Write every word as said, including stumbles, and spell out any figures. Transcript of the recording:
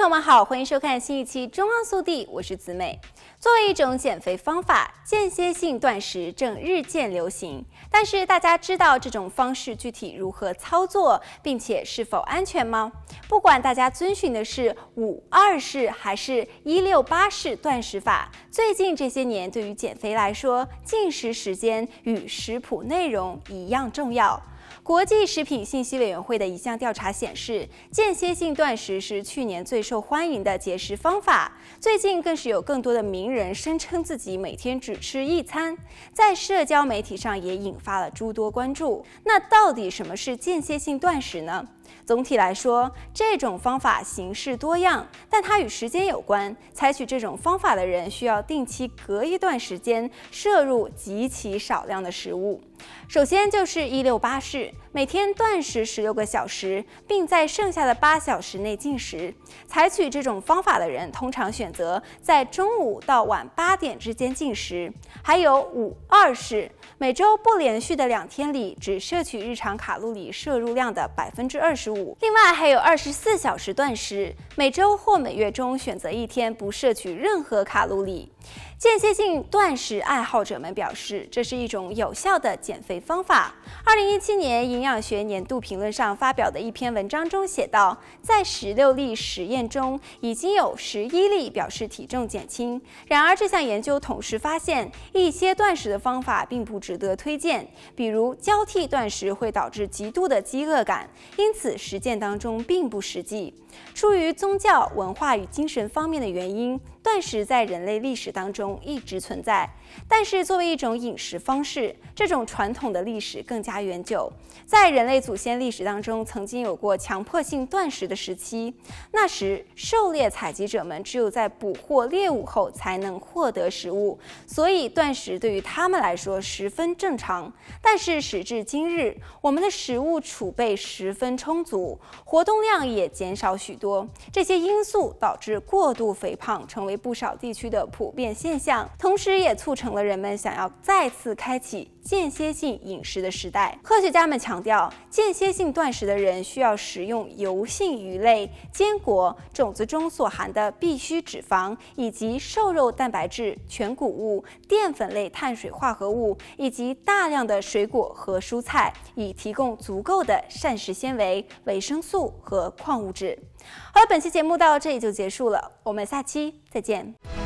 友们好，欢迎收看新一期《中央速递》，我是子美。作为一种减肥方法，间歇性断食正日渐流行。但是大家知道这种方式具体如何操作，并且是否安全吗？不管大家遵循的是五二式还是一六八式断食法，最近这些年对于减肥来说，进食时间与食谱内容一样重要。国际食品信息委员会的一项调查显示，间歇性断食是去年最受欢迎的节食方法。最近更是有更多的名人声称自己每天只吃一餐，在社交媒体上也引发了诸多关注。那到底什么是间歇性断食呢？总体来说，这种方法形式多样，但它与时间有关。采取这种方法的人需要定期隔一段时间摄入极其少量的食物。首先就是一六八式，每天断食十六个小时，并在剩下的八小时内进食。采取这种方法的人通常选择在中午到晚八点之间进食。还有五二式，每周不连续的两天里只摄取日常卡路里摄入量的百分之二十五。另外还有二十四小时断食，每周或每月中选择一天不摄取任何卡路里。间歇性断食爱好者们表示，这是一种有效的减肥方法。二零一七年营养学年度评论上发表的一篇文章中写道，在十六例实验中，已经有十一例表示体重减轻。然而，这项研究同时发现，一些断食的方法并不值得推荐，比如交替断食会导致极度的饥饿感，因此实践当中并不实际。出于宗教、文化与精神方面的原因，断食在人类历史当中一直存在。但是作为一种饮食方式，这种传统的历史更加悠久。在人类祖先历史当中，曾经有过强迫性断食的时期。那时，狩猎采集者们只有在捕获猎物后才能获得食物，所以断食对于他们来说十分正常。但是时至今日，我们的食物储备十分充足，活动量也减少许多。这些因素导致过度肥胖成为不少地区的普遍现象，同时也促成了人们想要再次开启间歇性饮食的时代。科学家们强调，间歇性断食的人需要食用油性鱼类、坚果、种子中所含的必需脂肪，以及瘦肉蛋白质、全谷物、淀粉类碳水化合物，以及大量的水果和蔬菜，以提供足够的膳食纤维、维生素和矿物质。好了，本期节目到这里就结束了，我们下期再见。